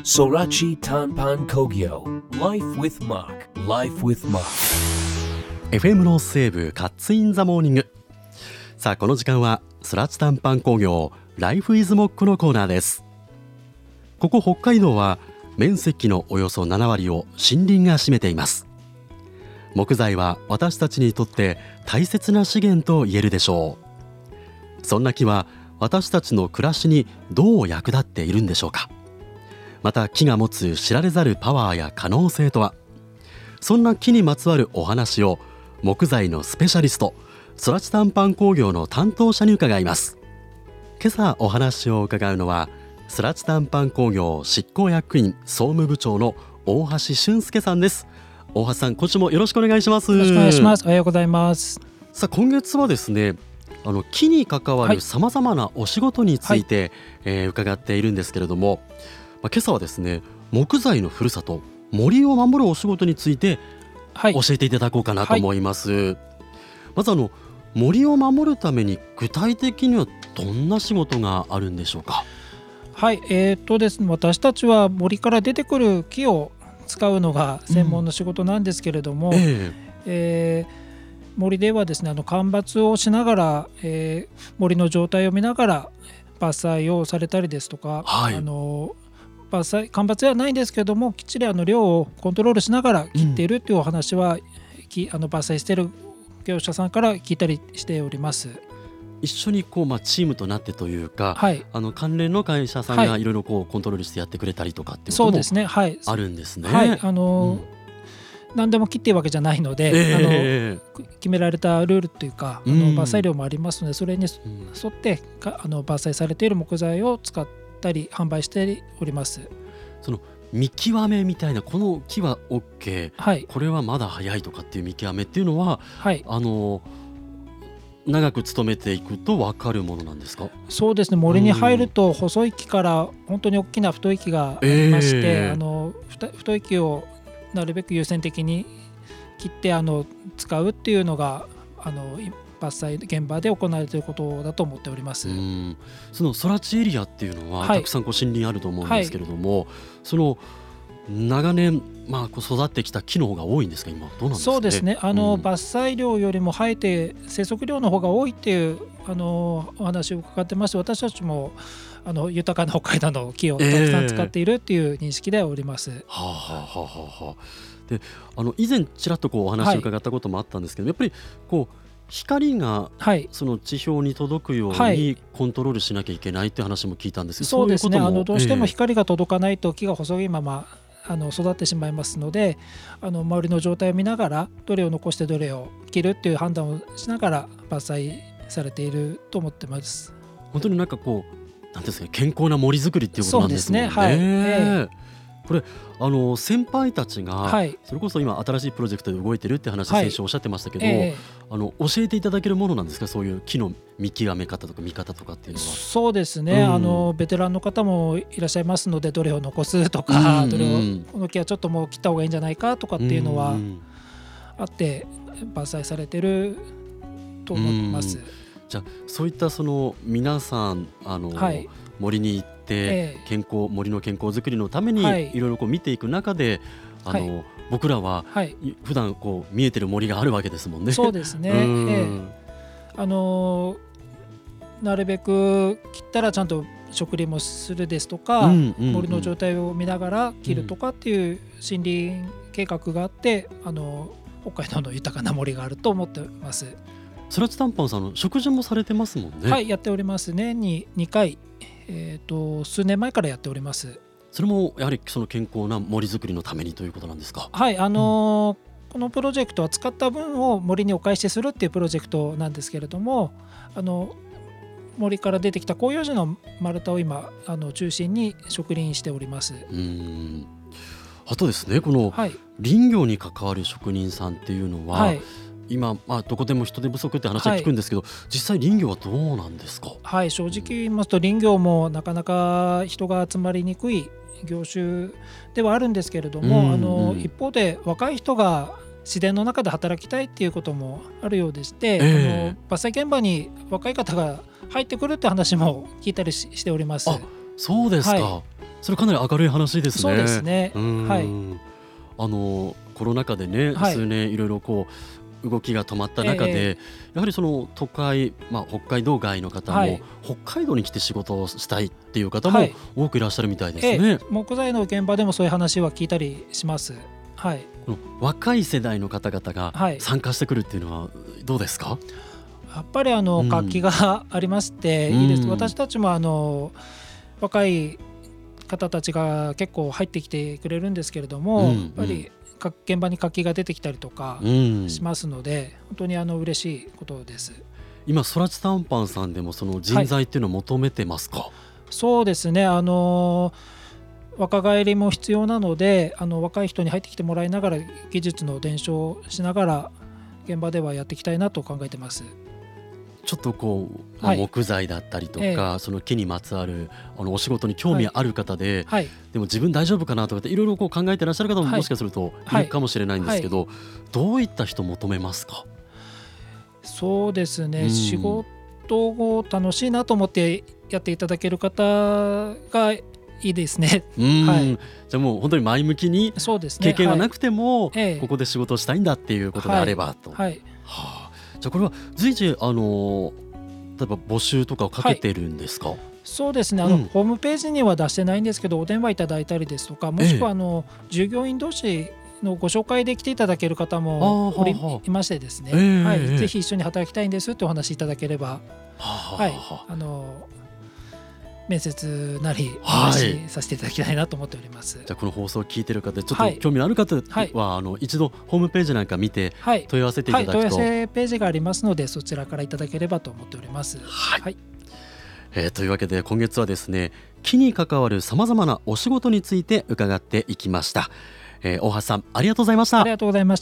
Sorachi Tanpan Kogyo Life with Mark Life with Mark FM の西部カッツインザモーニング。さあこの時間はソラチ短パン工業ライフイズモックのコーナーです。ここ北海道は面積のおよそ7割を森林が占めています。木材は私たちにとって大切な資源と言えるでしょう。そんな木は私たちの暮らしにどう役立っているんでしょうか。また木が持つ知られざるパワーや可能性とは。そんな木にまつわるお話を木材のスペシャリストソラチ短パン工業の担当者に伺います。今朝お話を伺うのはソラチ短パン工業執行役員総務部長の大橋俊介さんです。大橋さん、今週もよろしくお願いします。 よろしくお願いします。おはようございます。 さあ今月はですね、木に関わるさまざまなお仕事について、伺っているんですけれども、今朝はですね、木材のふるさと森を守るお仕事について教えていただこうかなと思います。まず森を守るために具体的にはどんな仕事があるんでしょうか。 はい、ですね、私たちは森から出てくる木を使うのが専門の仕事なんですけれども、森ではですね、間伐をしながら、森の状態を見ながら伐採をされたりですとか、間伐ではないんですけれども、きっちり量をコントロールしながら切っているというお話は、伐採している業者さんから聞いたりしております。 一緒にチームとなってというか、関連の会社さんがいろいろコントロールしてやってくれたりとかっていうこともあるんですね。 何でも切っているわけじゃないので、決められたルールというか伐採量もありますので、それに沿って伐採されている木材を使ったり販売しております。 その見極めみたいな、この木は OK、これはまだ早いとかっていう見極めっていうのは、長く勤めていくと分かるものなんですか。 そうですね、森に入ると細い木から本当に大きな太い木がありまして、太い木をなるべく優先的に切って使うっていうのが伐採現場で行われていることだと思っております。 そのソラチエリアっていうのは、たくさん森林あると思うんですけれども、その長年育ってきた木の方が多いんですか。今どうなんですかね。 そうですね、伐採量よりも生えて生息量の方が多いっていうお話を伺ってまして、私たちも豊かな北海道の木をたくさん使っているっていう認識でおります。 で以前ちらっとお話を伺ったこともあったんですけど、やっぱり光がその地表に届くようにコントロールしなきゃいけないって話も聞いたんですけど、 そうですね、どうしても光が届かないと木が細いまま育ってしまいますので、周りの状態を見ながらどれを残してどれを切るっていう判断をしながら伐採されていると思ってます。 本当になんですか、健康な森づくりっていうことなんですもんね。 そうですね、 これ先輩たちが、それこそ今新しいプロジェクトで動いてるって話、先週おっしゃってましたけど、教えていただけるものなんですか。そういう木の見極め方とか見方とかっていうのは。 そうですね、ベテランの方もいらっしゃいますので、どれを残すとか、どれをこの木はちょっともう切った方がいいんじゃないかとかっていうのはあって伐採されてると思います。 じゃあそういった皆さん森に行って森の健康づくりのためにいろいろ見ていく中で、僕らは普段見えてる森があるわけですもんね。 そうですね、なるべく切ったらちゃんと植林もするですとか、森の状態を見ながら切るとかっていう森林計画があって、北海道の豊かな森があると思っています。 ソラチ短パンさん食事もされてますもんね。 やっております。年に2回、数年前からやっております。 それもやはりその健康な森づくりのためにということなんですか。 このプロジェクトは使った分を森にお返しするっていうプロジェクトなんですけれども、森から出てきた広葉樹の丸太を今中心に植林しております。 あとですね、この林業に関わる職人さんっていうのは、今、どこでも人手不足って話は聞くんですけど、実際林業はどうなんですか。 正直言いますと林業もなかなか人が集まりにくい業種ではあるんですけれども、一方で若い人が自然の中で働きたいっていうこともあるようでして、伐採現場に若い方が入ってくるって話も聞いたりしております。 そうですか。 それかなり明るい話ですね。 そうですね。はい。 コロナ禍でね、 はい、 数年いろいろこう動きが止まった中で、やはりその都会、北海道外の方も、はい、北海道に来て仕事をしたいっていう方も多くいらっしゃるみたいですね。 木材の現場でもそういう話は聞いたりします。はい、 この若い世代の方々が参加してくるっていうのはどうですか？ やっぱり活気がありましていいです。私たちも若い方たちが結構入ってきてくれるんですけれども、やっぱり現場に活気が出てきたりとかしますので、本当に嬉しいことです。 今空知短パンさんでもその人材っていうのを求めてますか？はい、 そうですね。若返りも必要なので、若い人に入ってきてもらいながら技術の伝承しながら現場ではやっていきたいなと考えてます。 ちょっとこう、木材だったりとか、その木にまつわるお仕事に興味ある方で、でも自分大丈夫かなとかっていろいろこう考えてらっしゃる方ももしかするといるかもしれないんですけど、どういった人求めますか？ そうですね、仕事を楽しいなと思ってやっていただける方がいいですね。 じゃあもう本当に前向きに、経験はなくても、ここで仕事をしたいんだっていうことであればと。じゃあこれは随時例えば募集とかをかけてるんですか？ そうですね、ホームページには出してないんですけど、お電話いただいたりですとか、もしくは従業員同士のご紹介で来ていただける方もいましてですね、ぜひ一緒に働きたいんですってお話いただければ、面接なり話させていただきたいなと思っております。 じゃあこの放送を聞いてる方、ちょっと興味のある方は、一度ホームページなんか見て問い合わせていただくと、 問い合わせページがありますので、そちらからいただければと思っております。 というわけで今月はですね、木に関わるさまざまなお仕事について伺っていきました。大橋さん、ありがとうございました。 ありがとうございました。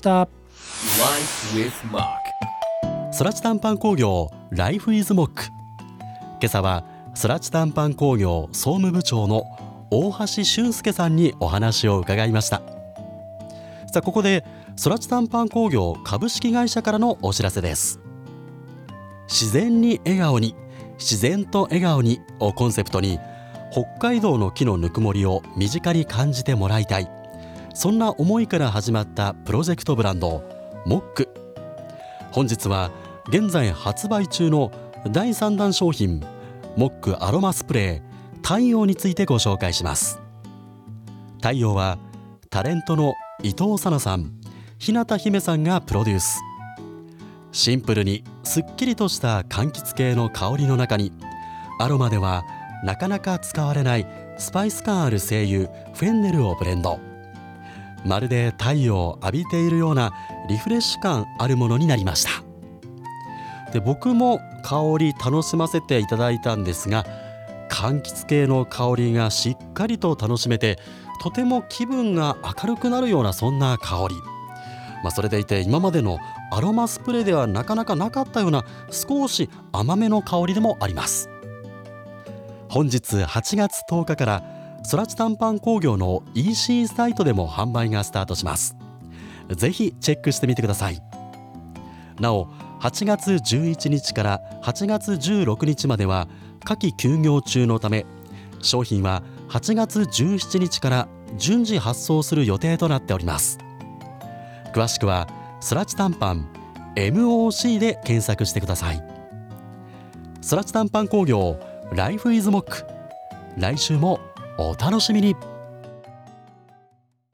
空知短パン工業 Life is Mock。 今朝は空知短パン工業総務部長の大橋俊介さんにお話を伺いました。さあ、ここで空知短パン工業株式会社からのお知らせです。自然に笑顔に、自然と笑顔にをコンセプトに、北海道の木のぬくもりを身近に感じてもらいたい、そんな思いから始まったプロジェクトブランドモック。本日は現在発売中の第3弾商品モックアロマスプレー太陽についてご紹介します。太陽はタレントの伊藤さなさん、日向姫さんがプロデュース。シンプルにすっきりとした柑橘系の香りの中に、アロマではなかなか使われないスパイス感ある精油フェンネルをブレンド。まるで太陽を浴びているようなリフレッシュ感あるものになりました。で、僕も香り楽しませていただいたんですが、柑橘系の香りがしっかりと楽しめて、とても気分が明るくなるような、そんな香り、それでいて今までのアロマスプレーではなかなかなかったような少し甘めの香りでもあります。本日8月10日から空知短パン工業の EC サイトでも販売がスタートします。ぜひチェックしてみてください。なお8月11日から8月16日までは夏季休業中のため、商品は8月17日から順次発送する予定となっております。詳しくは空知短パン MOC で検索してください。空知短パン工業 Life is Mock、 来週もお楽しみに。